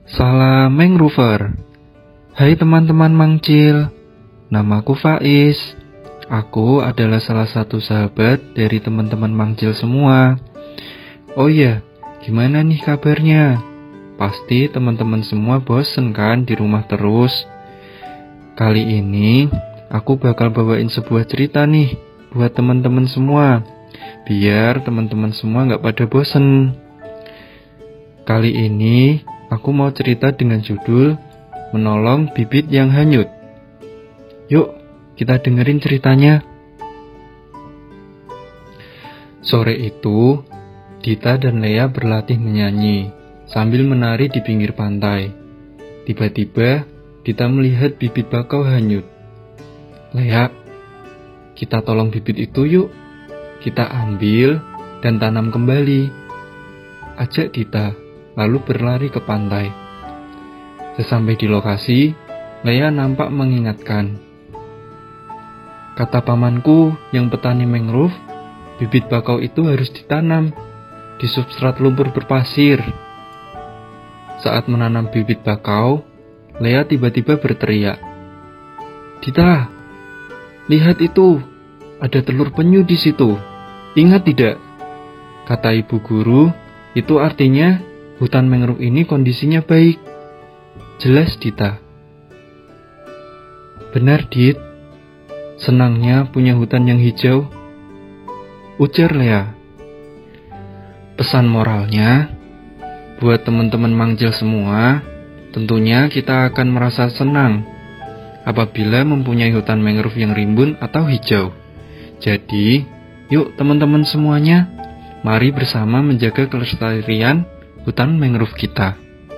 Salam Mangrover. Hai teman-teman Mangcil, namaku Faiz. Aku adalah salah satu sahabat dari teman-teman Mangcil semua. Oh iya, gimana nih kabarnya? Pasti teman-teman semua bosen kan di rumah terus? Kali ini aku bakal bawain sebuah cerita nih buat teman-teman semua, biar teman-teman semua gak pada bosen. Kali ini aku mau cerita dengan judul Menolong Bibit yang Hanyut. Yuk, kita dengerin ceritanya. Sore itu, Dita dan Lea berlatih menyanyi sambil menari di pinggir pantai. Tiba-tiba, Dita melihat bibit bakau hanyut. Lea, kita tolong bibit itu yuk. Kita ambil dan tanam kembali, ajak Dita, lalu berlari ke pantai. Sesampai di lokasi, Lea nampak mengingatkan. Kata pamanku yang petani mangrove, bibit bakau itu harus ditanam di substrat lumpur berpasir. Saat menanam bibit bakau, Lea tiba-tiba berteriak, Dita, lihat itu, ada telur penyu di situ. Ingat tidak? Kata ibu guru, itu artinya hutan mangrove ini kondisinya baik. Jelas, Dita. Benar, Dit. Senangnya punya hutan yang hijau, ujar Lea. Pesan moralnya, buat teman-teman Mangcil semua, tentunya kita akan merasa senang apabila mempunyai hutan mangrove yang rimbun atau hijau. Jadi, yuk teman-teman semuanya, mari bersama menjaga kelestarian hutan mangrove kita.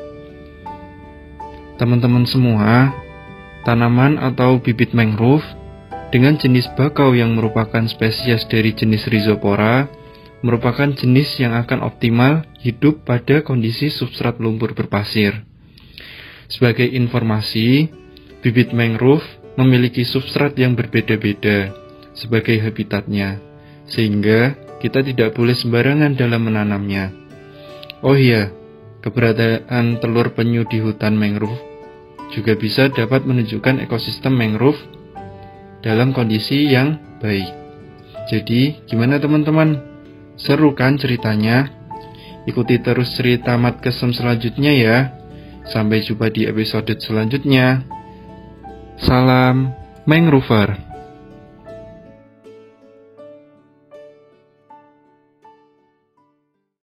Teman-teman semua, tanaman atau bibit mangrove dengan jenis bakau yang merupakan spesies dari jenis Rhizopora merupakan jenis yang akan optimal hidup pada kondisi substrat lumpur berpasir. Sebagai informasi, bibit mangrove memiliki substrat yang berbeda-beda sebagai habitatnya, sehingga kita tidak boleh sembarangan dalam menanamnya. Oh iya, keberadaan telur penyu di hutan mangrove juga bisa dapat menunjukkan ekosistem mangrove dalam kondisi yang baik. Jadi, gimana teman-teman? Seru kan ceritanya? Ikuti terus cerita Mat Kesem selanjutnya ya. Sampai jumpa di episode selanjutnya. Salam Mangrover.